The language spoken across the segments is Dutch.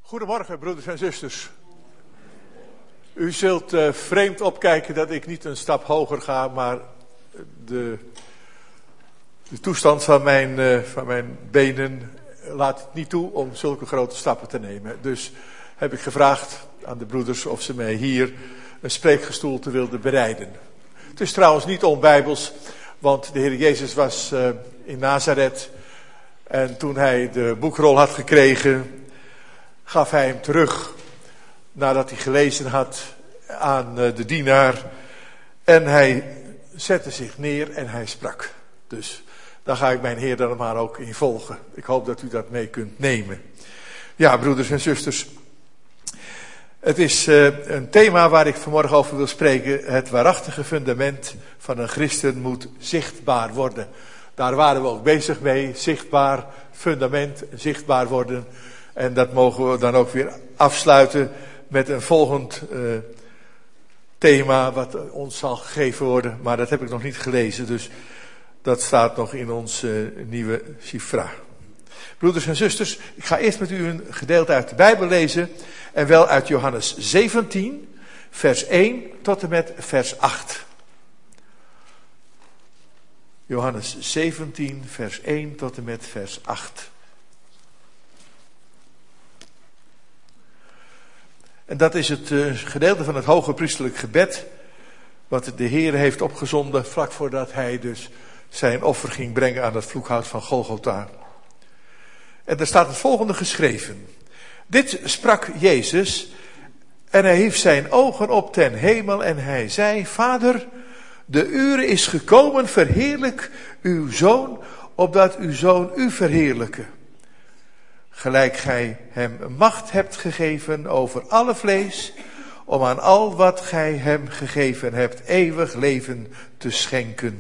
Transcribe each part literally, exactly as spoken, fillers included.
Goedemorgen, broeders en zusters. U zult uh, vreemd opkijken dat ik niet een stap hoger ga, maar de, de toestand van mijn, uh, van mijn benen laat het niet toe om zulke grote stappen te nemen. Dus heb ik gevraagd aan de broeders of ze mij hier een spreekgestoelte wilden bereiden. Het is trouwens niet onbijbels, want de Heer Jezus was uh, in Nazareth en toen hij de boekrol had gekregen, gaf hij hem terug nadat hij gelezen had aan de dienaar. En hij zette zich neer en hij sprak. Dus daar ga ik mijn Heer dan maar ook in volgen. Ik hoop dat u dat mee kunt nemen. Ja, broeders en zusters. Het is uh, een thema waar ik vanmorgen over wil spreken. Het waarachtige fundament van een christen moet zichtbaar worden. Daar waren we ook bezig mee. Zichtbaar fundament, zichtbaar worden. En dat mogen we dan ook weer afsluiten met een volgend uh, thema wat ons zal gegeven worden. Maar dat heb ik nog niet gelezen, dus dat staat nog in ons uh, nieuwe Sifra. Broeders en zusters, ik ga eerst met u een gedeelte uit de Bijbel lezen. En wel uit Johannes zeventien, vers één tot en met vers acht. Johannes zeventien, vers één tot en met vers acht. En dat is het uh, gedeelte van het hoge priesterlijk gebed, wat de Heer heeft opgezonden vlak voordat hij dus zijn offer ging brengen aan het vloekhout van Golgotha. En daar staat het volgende geschreven. Dit sprak Jezus en hij hief zijn ogen op ten hemel en hij zei, Vader, de uur is gekomen, verheerlijk uw Zoon, opdat uw Zoon u verheerlijke. Gelijk gij hem macht hebt gegeven over alle vlees, om aan al wat gij hem gegeven hebt eeuwig leven te schenken.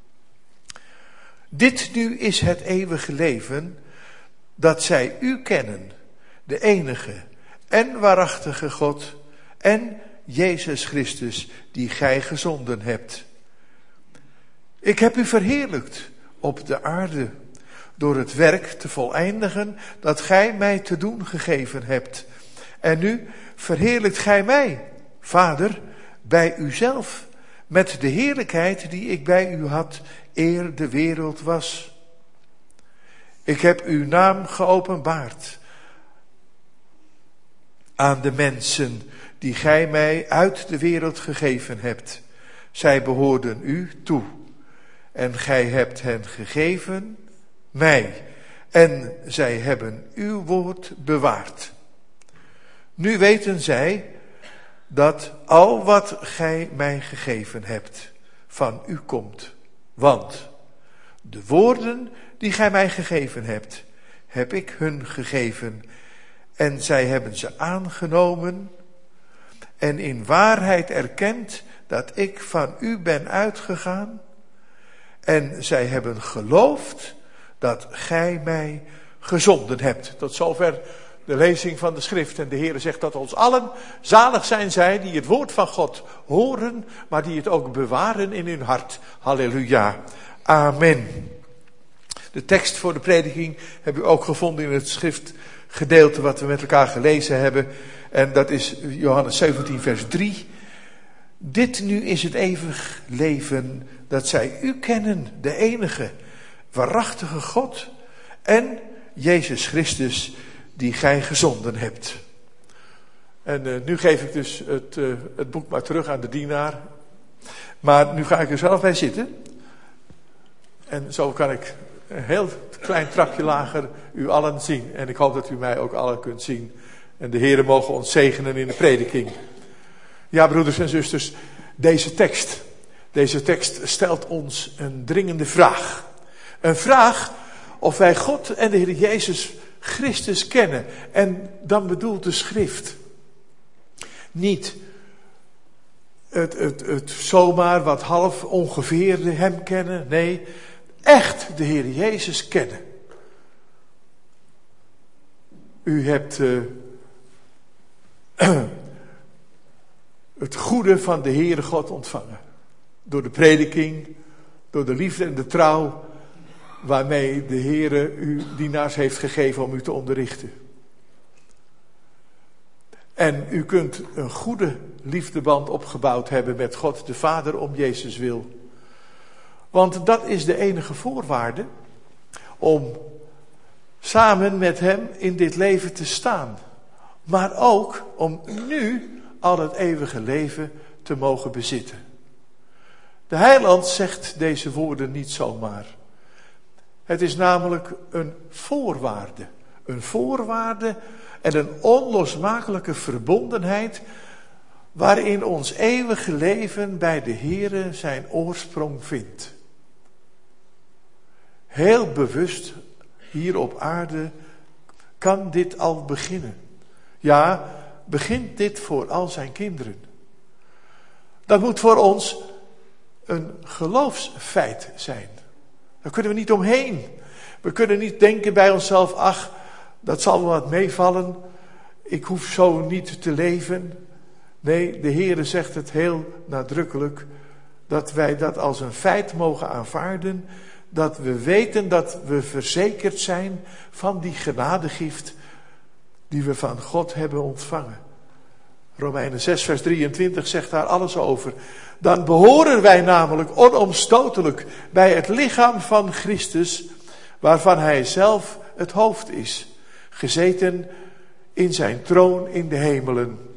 Dit nu is het eeuwige leven, dat zij u kennen, de enige en waarachtige God en Jezus Christus, die gij gezonden hebt. Ik heb u verheerlijkt op de aarde, door het werk te voleindigen dat gij mij te doen gegeven hebt. En nu verheerlijkt gij mij, Vader, bij uzelf, met de heerlijkheid die ik bij u had, eer de wereld was. Ik heb uw naam geopenbaard aan de mensen die gij mij uit de wereld gegeven hebt. Zij behoorden u toe en gij hebt hen gegeven mij, en zij hebben uw woord bewaard. Nu weten zij dat al wat gij mij gegeven hebt van u komt. Want de woorden die gij mij gegeven hebt, heb ik hun gegeven. En zij hebben ze aangenomen en in waarheid erkend dat ik van u ben uitgegaan. En zij hebben geloofd dat gij mij gezonden hebt. Tot zover de lezing van de schrift. En de Heer zegt dat ons allen zalig zijn zij die het woord van God horen, maar die het ook bewaren in hun hart. Halleluja. Amen. De tekst voor de prediking heb ik ook gevonden in het schriftgedeelte wat we met elkaar gelezen hebben. En dat is Johannes zeventien vers drie. Dit nu is het eeuwig leven, dat zij u kennen, de enige waarachtige God en Jezus Christus die gij gezonden hebt. En uh, nu geef ik dus het, uh, het boek maar terug aan de dienaar. Maar nu ga ik er zelf bij zitten. En zo kan ik een heel klein trapje lager u allen zien. En ik hoop dat u mij ook allen kunt zien. En de Heere mogen ons zegenen in de prediking. Ja, broeders en zusters, deze tekst, deze tekst stelt ons een dringende vraag. Een vraag of wij God en de Heer Jezus Christus kennen. En dan bedoelt de schrift niet het, het, het zomaar wat half ongeveer hem kennen. Nee, echt de Heer Jezus kennen. U hebt uh, het goede van de Heere God ontvangen. Door de prediking, door de liefde en de trouw waarmee de Heere u dienaars heeft gegeven om u te onderrichten. En u kunt een goede liefdeband opgebouwd hebben met God de Vader om Jezus wil. Want dat is de enige voorwaarde om samen met hem in dit leven te staan. Maar ook om nu al het eeuwige leven te mogen bezitten. De heiland zegt deze woorden niet zomaar. Het is namelijk een voorwaarde. Een voorwaarde en een onlosmakelijke verbondenheid waarin ons eeuwige leven bij de Heere zijn oorsprong vindt. Heel bewust hier op aarde kan dit al beginnen. Ja, begint dit voor al zijn kinderen. Dat moet voor ons een geloofsfeit zijn. Daar kunnen we niet omheen. We kunnen niet denken bij onszelf, ach, dat zal wel wat meevallen. Ik hoef zo niet te leven. Nee, de Heere zegt het heel nadrukkelijk, dat wij dat als een feit mogen aanvaarden. Dat we weten dat we verzekerd zijn van die genadegift die we van God hebben ontvangen. Romeinen zes vers drieëntwintig zegt daar alles over. Dan behoren wij namelijk onomstotelijk bij het lichaam van Christus, waarvan hij zelf het hoofd is, gezeten in zijn troon in de hemelen.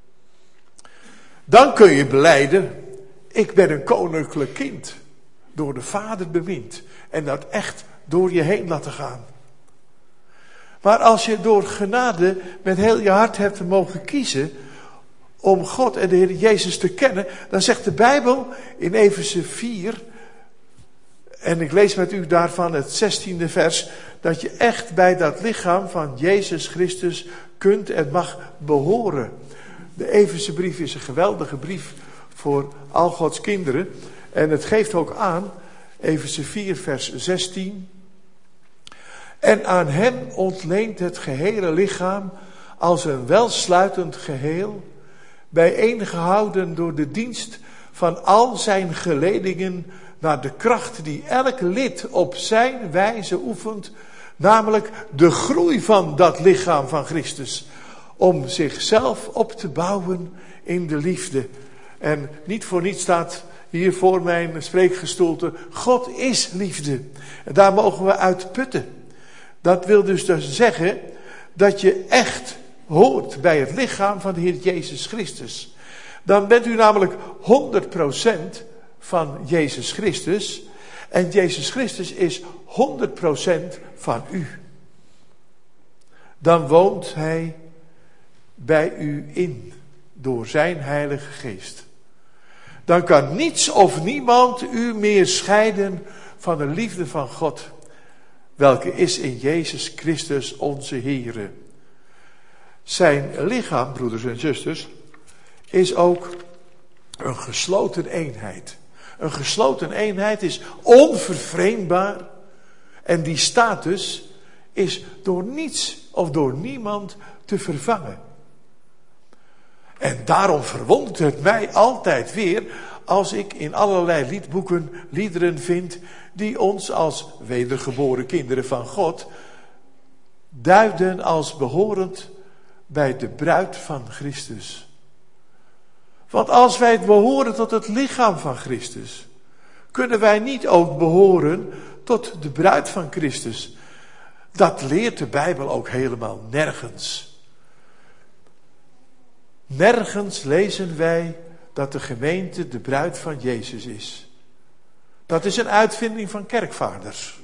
Dan kun je belijden, ik ben een koninklijk kind, door de Vader bemind, en dat echt door je heen laten gaan. Maar als je door genade met heel je hart hebt mogen kiezen om God en de Heer Jezus te kennen, dan zegt de Bijbel in Efeze vier, en ik lees met u daarvan het zestiende vers, dat je echt bij dat lichaam van Jezus Christus kunt en mag behoren. De Efeze brief is een geweldige brief voor al Gods kinderen. En het geeft ook aan, Efeze vier vers zestien. En aan hem ontleent het gehele lichaam als een welsluitend geheel, bijeengehouden door de dienst van al zijn geledingen naar de kracht die elk lid op zijn wijze oefent, namelijk de groei van dat lichaam van Christus, om zichzelf op te bouwen in de liefde. En niet voor niets staat hier voor mijn spreekgestoelte, God is liefde. En daar mogen we uit putten. Dat wil dus, dus zeggen dat je echt hoort bij het lichaam van de Heer Jezus Christus. Dan bent u namelijk honderd procent van Jezus Christus. En Jezus Christus is honderd procent van u. Dan woont hij bij u in, door zijn Heilige Geest. Dan kan niets of niemand u meer scheiden van de liefde van God, welke is in Jezus Christus onze Heere. Zijn lichaam, broeders en zusters, is ook een gesloten eenheid. Een gesloten eenheid is onvervreemdbaar. En die status is door niets of door niemand te vervangen. En daarom verwondert het mij altijd weer als ik in allerlei liedboeken liederen vind die ons als wedergeboren kinderen van God duiden als behorend bij de bruid van Christus. Want als wij behoren tot het lichaam van Christus, kunnen wij niet ook behoren tot de bruid van Christus. Dat leert de Bijbel ook helemaal nergens. Nergens lezen wij dat de gemeente de bruid van Jezus is. Dat is een uitvinding van kerkvaders.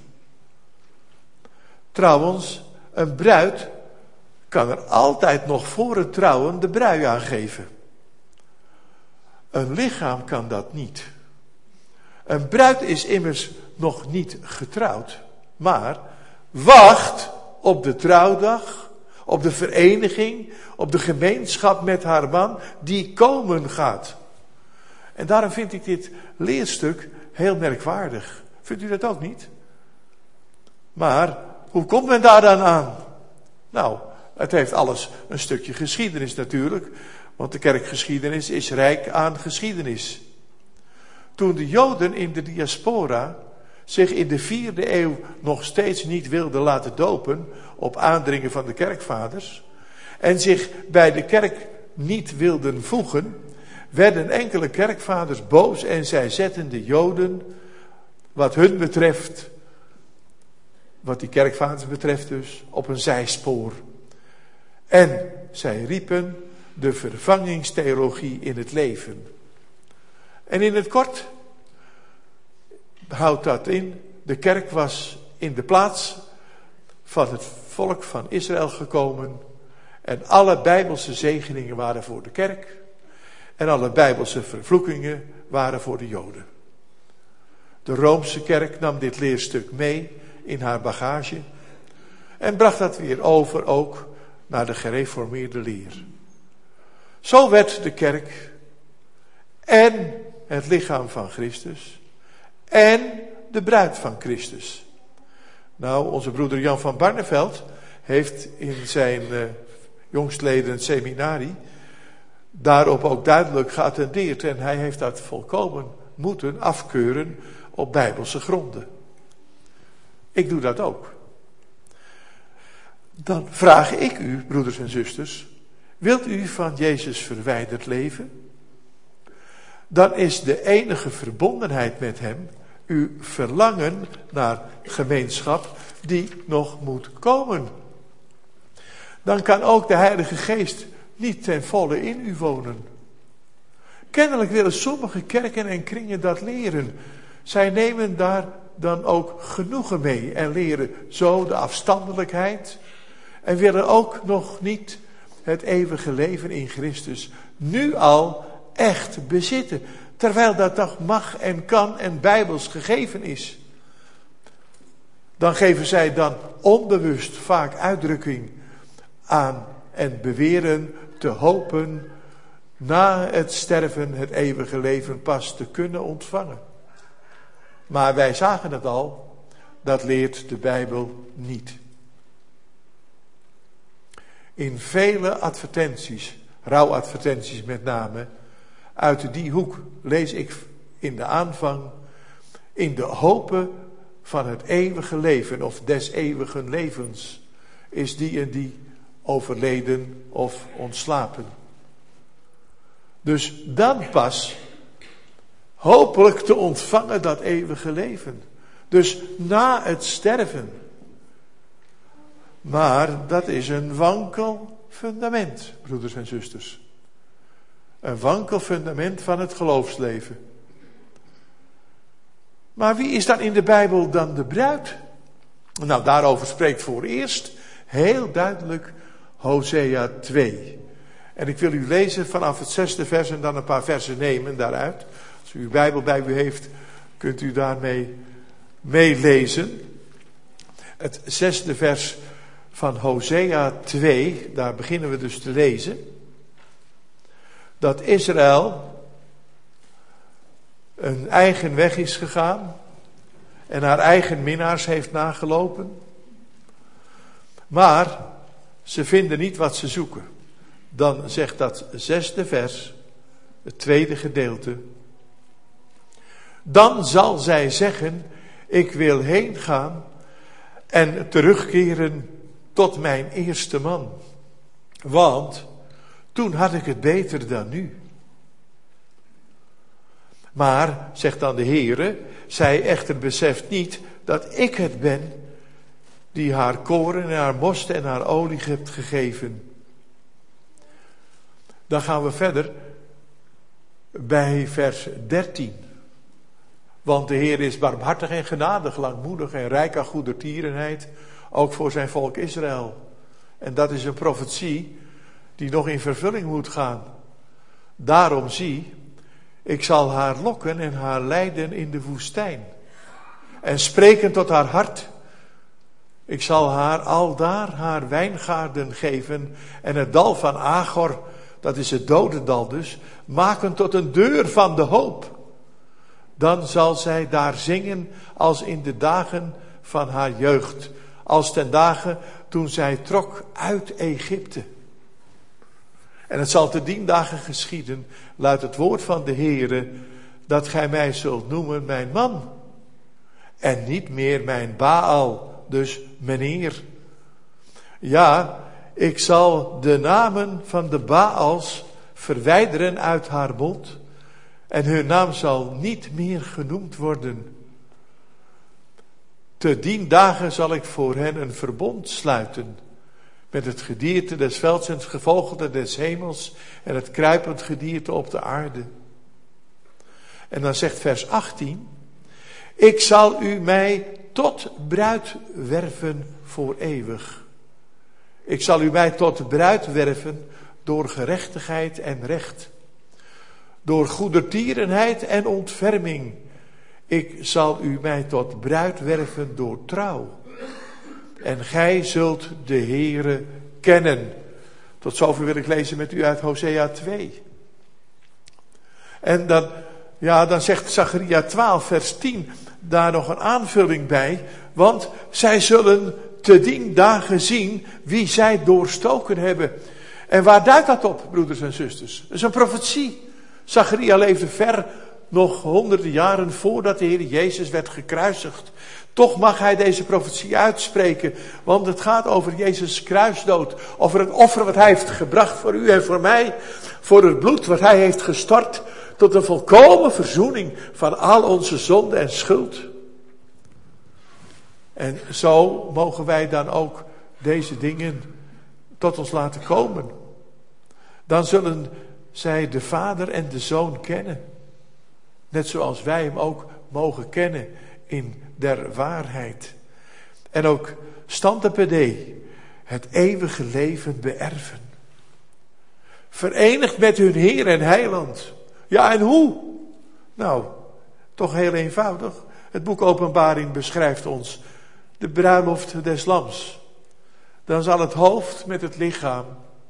Trouwens, een bruid kan er altijd nog voor het trouwen de brui aangeven. Een lichaam kan dat niet. Een bruid is immers nog niet getrouwd, maar wacht op de trouwdag, op de vereniging, op de gemeenschap met haar man die komen gaat. En daarom vind ik dit leerstuk heel merkwaardig. Vindt u dat ook niet? Maar hoe komt men daar dan aan? Nou, het heeft alles een stukje geschiedenis natuurlijk. Want de kerkgeschiedenis is rijk aan geschiedenis. Toen de Joden in de diaspora zich in de vierde eeuw nog steeds niet wilden laten dopen op aandringen van de kerkvaders. en zich bij de kerk niet wilden voegen, werden enkele kerkvaders boos en zij zetten de Joden, wat hun betreft, wat die kerkvaders betreft dus, op een zijspoor. En zij riepen de vervangingstheologie in het leven. En in het kort houdt dat in, de kerk was in de plaats van het volk van Israël gekomen en alle bijbelse zegeningen waren voor de kerk en alle bijbelse vervloekingen waren voor de Joden. De Roomse kerk nam dit leerstuk mee in haar bagage en bracht dat weer over ook naar de gereformeerde leer. Zo werd de kerk en het lichaam van Christus en de bruid van Christus. Nou, onze broeder Jan van Barneveld heeft in zijn uh, jongstleden seminarie daarop ook duidelijk geattendeerd. En hij heeft dat volkomen moeten afkeuren op bijbelse gronden. Ik doe dat ook. Dan vraag ik u, broeders en zusters, wilt u van Jezus verwijderd leven? Dan is de enige verbondenheid met hem uw verlangen naar gemeenschap die nog moet komen. Dan kan ook de Heilige Geest niet ten volle in u wonen. Kennelijk willen sommige kerken en kringen dat leren. Zij nemen daar dan ook genoegen mee en leren zo de afstandelijkheid en willen ook nog niet het eeuwige leven in Christus nu al echt bezitten. Terwijl dat toch mag en kan en bijbels gegeven is. Dan geven zij dan onbewust vaak uitdrukking aan en beweren te hopen na het sterven het eeuwige leven pas te kunnen ontvangen. Maar wij zagen het al, dat leert de Bijbel niet. In vele advertenties, rouwadvertenties met name, uit die hoek lees ik in de aanvang, in de hopen van het eeuwige leven of des eeuwigen levens is die en die overleden of ontslapen. Dus dan pas hopelijk te ontvangen dat eeuwige leven. Dus na het sterven. Maar dat is een wankel fundament, broeders en zusters. Een wankel fundament van het geloofsleven. Maar wie is dan in de Bijbel dan de bruid? Nou, daarover spreekt voor eerst heel duidelijk Hosea twee. En ik wil u lezen vanaf het zesde vers en dan een paar versen nemen daaruit. Als u uw Bijbel bij u heeft, kunt u daarmee meelezen. Het zesde vers van Hosea twee, daar beginnen we dus te lezen. Dat Israël een eigen weg is gegaan en haar eigen minnaars heeft nagelopen. Maar ze vinden niet wat ze zoeken. Dan zegt dat zesde vers, het tweede gedeelte. Dan zal zij zeggen, ik wil heen gaan en terugkeren tot mijn eerste man. Want toen had ik het beter dan nu. Maar, zegt dan de Heere, zij echter beseft niet dat ik het ben die haar koren en haar most en haar olie hebt gegeven. Dan gaan we verder bij vers dertien. Want de Heer is barmhartig en genadig, langmoedig en rijk aan goedertierenheid, ook voor zijn volk Israël. En dat is een profetie die nog in vervulling moet gaan. Daarom zie, ik zal haar lokken en haar leiden in de woestijn. En spreken tot haar hart. Ik zal haar aldaar haar wijngaarden geven en het dal van Agor, dat is het dodendal dus, maken tot een deur van de hoop. Dan zal zij daar zingen als in de dagen van haar jeugd, als ten dagen toen zij trok uit Egypte. En het zal te dien dagen geschieden, luidt het woord van de Heere, dat gij mij zult noemen mijn man. En niet meer mijn Baal, dus meneer. Ja, ik zal de namen van de Baals verwijderen uit haar mond en hun naam zal niet meer genoemd worden. Te dien dagen zal ik voor hen een verbond sluiten met het gedierte des velds en het gevogelte des hemels en het kruipend gedierte op de aarde. En dan zegt vers achttien, ik zal u mij tot bruid werven voor eeuwig. Ik zal u mij tot bruid werven door gerechtigheid en recht, door goedertierenheid en ontferming. Ik zal u mij tot bruid werven door trouw. En gij zult de Heere kennen. Tot zover wil ik lezen met u uit Hosea twee. En dan, ja, dan zegt Zacharia twaalf vers tien daar nog een aanvulling bij. Want zij zullen te dien dagen zien wie zij doorstoken hebben. En waar duidt dat op, broeders en zusters? Dat is een profetie. Zacharia leefde ver, nog honderden jaren voordat de Heer Jezus werd gekruisigd. Toch mag hij deze profetie uitspreken, want het gaat over Jezus' kruisdood. Over het offer wat hij heeft gebracht voor u en voor mij. Voor het bloed wat hij heeft gestort tot een volkomen verzoening van al onze zonde en schuld. En zo mogen wij dan ook deze dingen tot ons laten komen. Dan zullen zij de Vader en de Zoon kennen. Net zoals wij hem ook mogen kennen in der waarheid. En ook stande pede, het eeuwige leven beërven. Verenigd met hun Heer en Heiland. Ja, en hoe? Nou, toch heel eenvoudig. Het boek Openbaring beschrijft ons de bruiloft des Lams. Dan zal het hoofd met het lichaam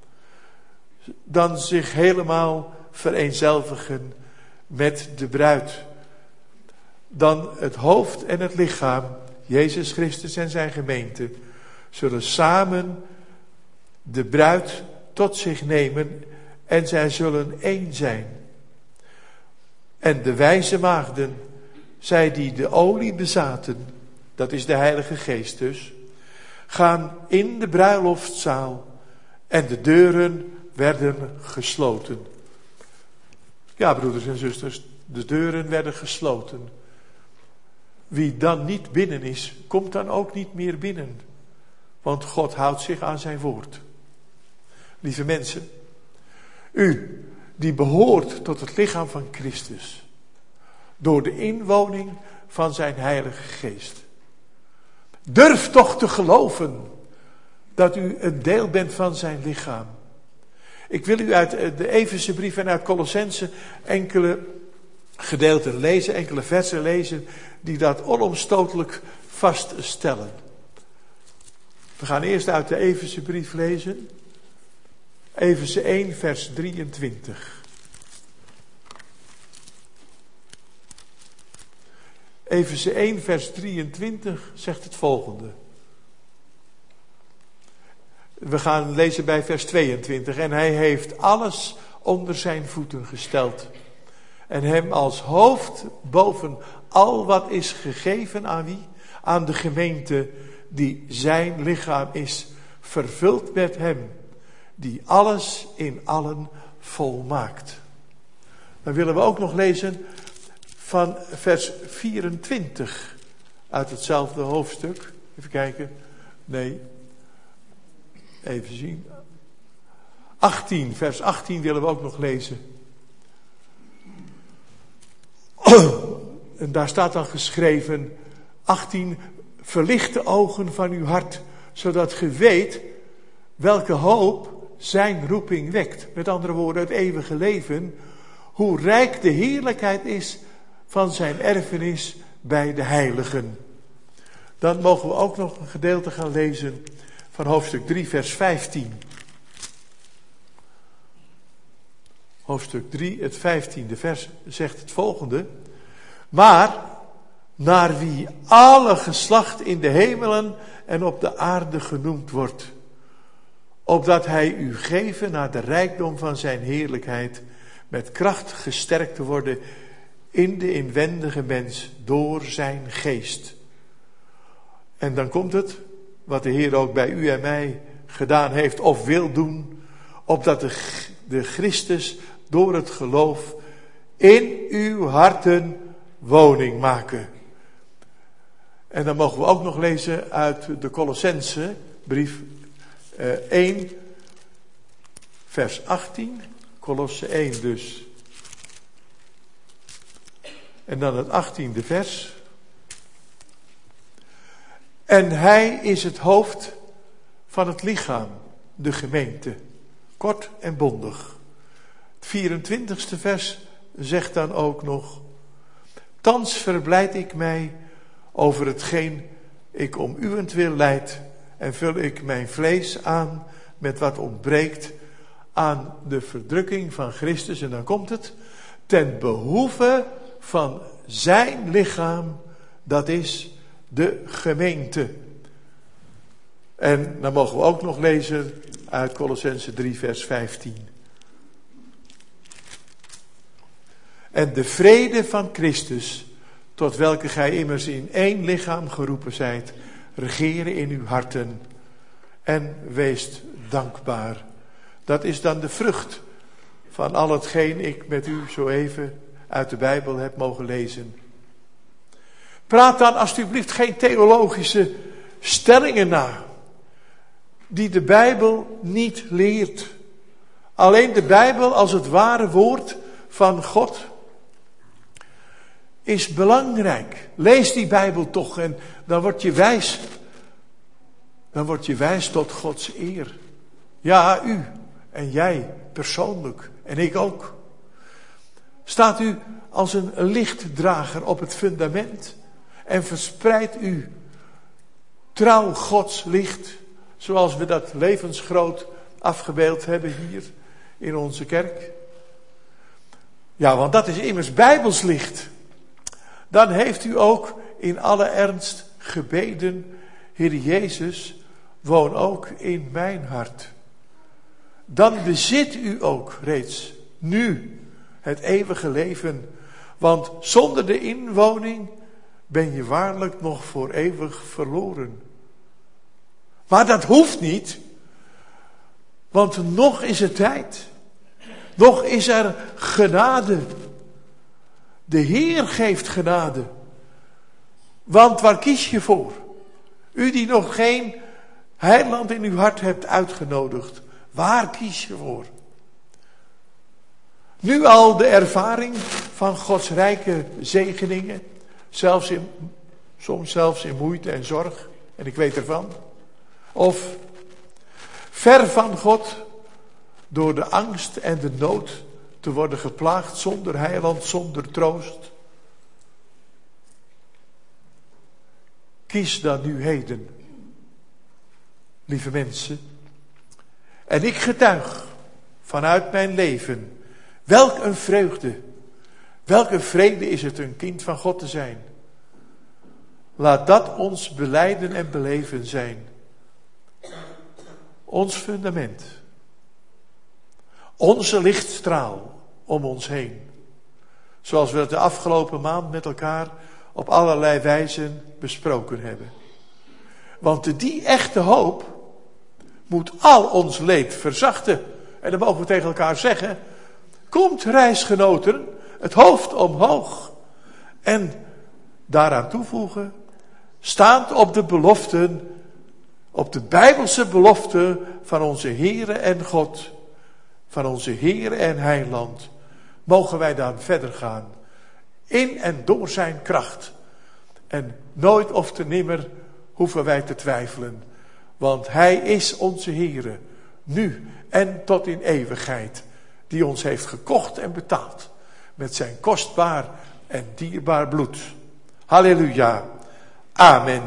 dan zich helemaal vereenzelvigen met de bruid. Dan het hoofd en het lichaam, Jezus Christus en zijn gemeente, zullen samen de bruid tot zich nemen en zij zullen één zijn. En de wijze maagden, zij die de olie bezaten, dat is de Heilige Geest dus, gaan in de bruiloftzaal en de deuren werden gesloten. Ja, broeders en zusters, de deuren werden gesloten. Wie dan niet binnen is, komt dan ook niet meer binnen. Want God houdt zich aan zijn woord. Lieve mensen, u die behoort tot het lichaam van Christus, door de inwoning van zijn Heilige Geest. Durf toch te geloven dat u een deel bent van zijn lichaam. Ik wil u uit de Efezebrief en uit Colossense enkele gedeelten lezen, enkele versen lezen die dat onomstotelijk vaststellen. We gaan eerst uit de Efezebrief lezen. Efeze één vers drieëntwintig. Efeze één vers drieëntwintig zegt het volgende. We gaan lezen bij vers tweeëntwintig. En hij heeft alles onder zijn voeten gesteld. En hem als hoofd boven al wat is gegeven aan wie? Aan de gemeente die zijn lichaam is. Vervuld met hem. Die alles in allen volmaakt. Dan willen we ook nog lezen van vers vierentwintig. Uit hetzelfde hoofdstuk. Even kijken. Nee. Even zien. achttien. Vers achttien willen we ook nog lezen. En daar staat dan geschreven, achttien, verlicht de ogen van uw hart, zodat ge weet welke hoop zijn roeping wekt. Met andere woorden, het eeuwige leven, hoe rijk de heerlijkheid is van zijn erfenis bij de heiligen. Dan mogen we ook nog een gedeelte gaan lezen van hoofdstuk drie, vers vijftien. Hoofdstuk drie, het vijftiende vers zegt het volgende. Maar naar wie alle geslacht in de hemelen en op de aarde genoemd wordt, opdat hij u geven naar de rijkdom van zijn heerlijkheid, met kracht gesterkt te worden in de inwendige mens door zijn geest. En dan komt het, wat de Heer ook bij u en mij gedaan heeft of wil doen, opdat de, de Christus door het geloof in uw harten woning maken. En dan mogen we ook nog lezen uit de Colossense brief uh, één, vers achttien. Colosse één dus. En dan het achttiende vers. En hij is het hoofd van het lichaam, de gemeente. Kort en bondig. Het vierentwintigste vers zegt dan ook nog: thans verblijd ik mij over hetgeen ik om uwentwil lijd en vul ik mijn vlees aan met wat ontbreekt aan de verdrukking van Christus. En dan komt het: ten behoeve van zijn lichaam, dat is de gemeente. En dan mogen we ook nog lezen uit Colossense drie vers vijftien. En de vrede van Christus, tot welke gij immers in één lichaam geroepen zijt, regeren in uw harten en weest dankbaar. Dat is dan de vrucht van al hetgeen ik met u zo even uit de Bijbel heb mogen lezen. Praat dan alsjeblieft geen theologische stellingen na, die de Bijbel niet leert. Alleen de Bijbel als het ware woord van God is belangrijk. Lees die Bijbel toch en dan word je wijs. Dan word je wijs tot Gods eer. Ja, u en jij persoonlijk en ik ook. Staat u als een lichtdrager op het fundament en verspreidt u trouw Gods licht, zoals we dat levensgroot afgebeeld hebben hier in onze kerk. Ja, want dat is immers Bijbels licht. Dan heeft u ook in alle ernst gebeden: Heer Jezus, woon ook in mijn hart. Dan bezit u ook reeds nu het eeuwige leven. Want zonder de inwoning ben je waarlijk nog voor eeuwig verloren. Maar dat hoeft niet. Want nog is er tijd. Nog is er genade. De Heer geeft genade. Want waar kies je voor? U die nog geen heiland in uw hart hebt uitgenodigd. Waar kies je voor? Nu al de ervaring van Gods rijke zegeningen. Zelfs in, soms zelfs in moeite en zorg. En ik weet ervan. Of ver van God door de angst en de nood te worden geplaagd zonder heiland, zonder troost. Kies dan nu heden, lieve mensen. En ik getuig vanuit mijn leven, welk een vreugde, welk een vrede is het een kind van God te zijn. Laat dat ons belijden en beleven zijn. Ons fundament. Onze lichtstraal om ons heen. Zoals we het de afgelopen maand met elkaar op allerlei wijzen besproken hebben. Want die echte hoop moet al ons leed verzachten. En dan mogen we tegen elkaar zeggen: komt, reisgenoten, het hoofd omhoog. En daaraan toevoegen: staand op de beloften, op de Bijbelse beloften van onze Heere en God, van onze Heere en Heiland, mogen wij dan verder gaan. In en door zijn kracht. En nooit of te nimmer hoeven wij te twijfelen. Want hij is onze Heere, nu en tot in eeuwigheid, die ons heeft gekocht en betaald met zijn kostbaar en dierbaar bloed. Halleluja. Amen.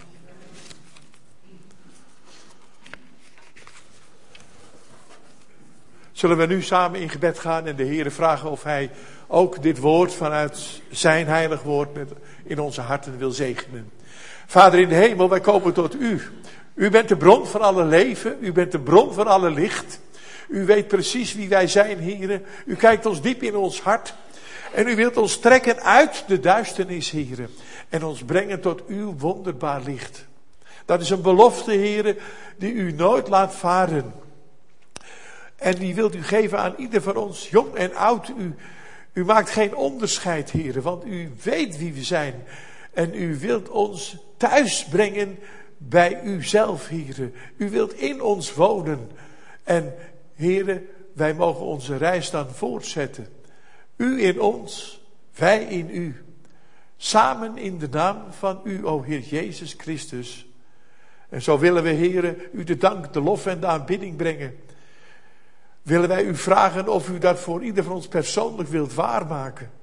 Zullen we nu samen in gebed gaan en de Heere vragen of hij ook dit woord vanuit zijn heilig woord met in onze harten wil zegenen. Vader in de hemel, wij komen tot u. U bent de bron van alle leven. U bent de bron van alle licht. U weet precies wie wij zijn, Heere. U kijkt ons diep in ons hart. En u wilt ons trekken uit de duisternis, Heere. En ons brengen tot uw wonderbaar licht. Dat is een belofte, Heere, die u nooit laat varen. En die wilt u geven aan ieder van ons, jong en oud. U, u maakt geen onderscheid, Heere, want u weet wie we zijn. En u wilt ons thuis brengen bij uzelf, Heere. U wilt in ons wonen. En Heere, wij mogen onze reis dan voortzetten. U in ons, wij in u. Samen in de naam van u, o Heer Jezus Christus. En zo willen we, Heere, u de dank, de lof en de aanbidding brengen. Willen wij u vragen of u dat voor ieder van ons persoonlijk wilt waarmaken.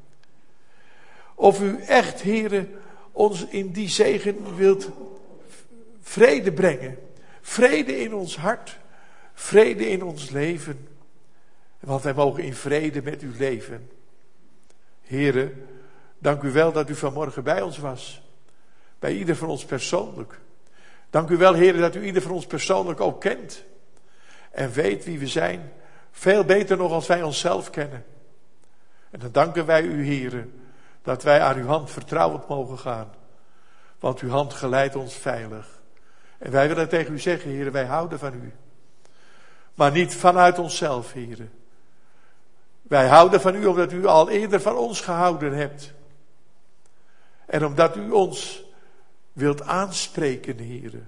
Of u echt, Heere, ons in die zegen wilt vrede brengen. Vrede in ons hart. Vrede in ons leven. Want wij mogen in vrede met u leven. Heere, dank u wel dat u vanmorgen bij ons was. Bij ieder van ons persoonlijk. Dank u wel, Heere, dat u ieder van ons persoonlijk ook kent. En weet wie we zijn. Veel beter nog als wij onszelf kennen. En dan danken wij u, Heere, dat wij aan uw hand vertrouwend mogen gaan. Want uw hand geleidt ons veilig. En wij willen tegen u zeggen, Heere, wij houden van u. Maar niet vanuit onszelf, Heere. Wij houden van u omdat u al eerder van ons gehouden hebt. En omdat u ons wilt aanspreken, Heere.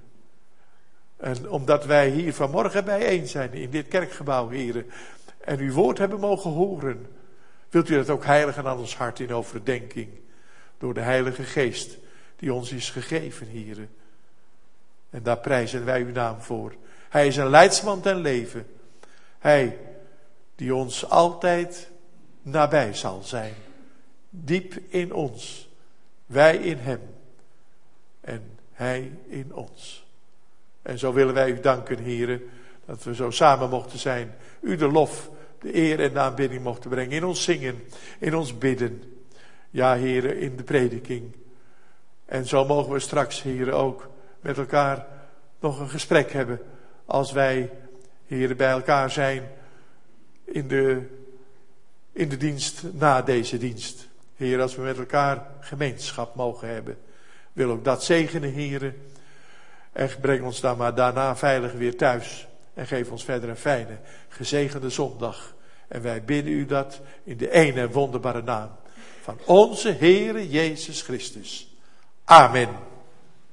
En omdat wij hier vanmorgen bijeen zijn in dit kerkgebouw, Heere. En uw woord hebben mogen horen. Wilt u dat ook heiligen aan ons hart in overdenking. Door de Heilige Geest die ons is gegeven, Heere. En daar prijzen wij uw naam voor. Hij is een leidsman ten leven. Hij die ons altijd nabij zal zijn. Diep in ons. Wij in hem. En hij in ons. En zo willen wij u danken, Heere, dat we zo samen mochten zijn. U de lof, de eer en de aanbidding mochten brengen. In ons zingen, in ons bidden. Ja, Heere, in de prediking. En zo mogen we straks, Heere, ook met elkaar nog een gesprek hebben. Als wij, Heere, bij elkaar zijn in de, in de dienst na deze dienst. Heer, als we met elkaar gemeenschap mogen hebben. Wil ook dat zegenen, Heere. En breng ons dan maar daarna veilig weer thuis. En geef ons verder een fijne, gezegende zondag. En wij bidden u dat in de ene en wonderbare naam van onze Heere Jezus Christus. Amen.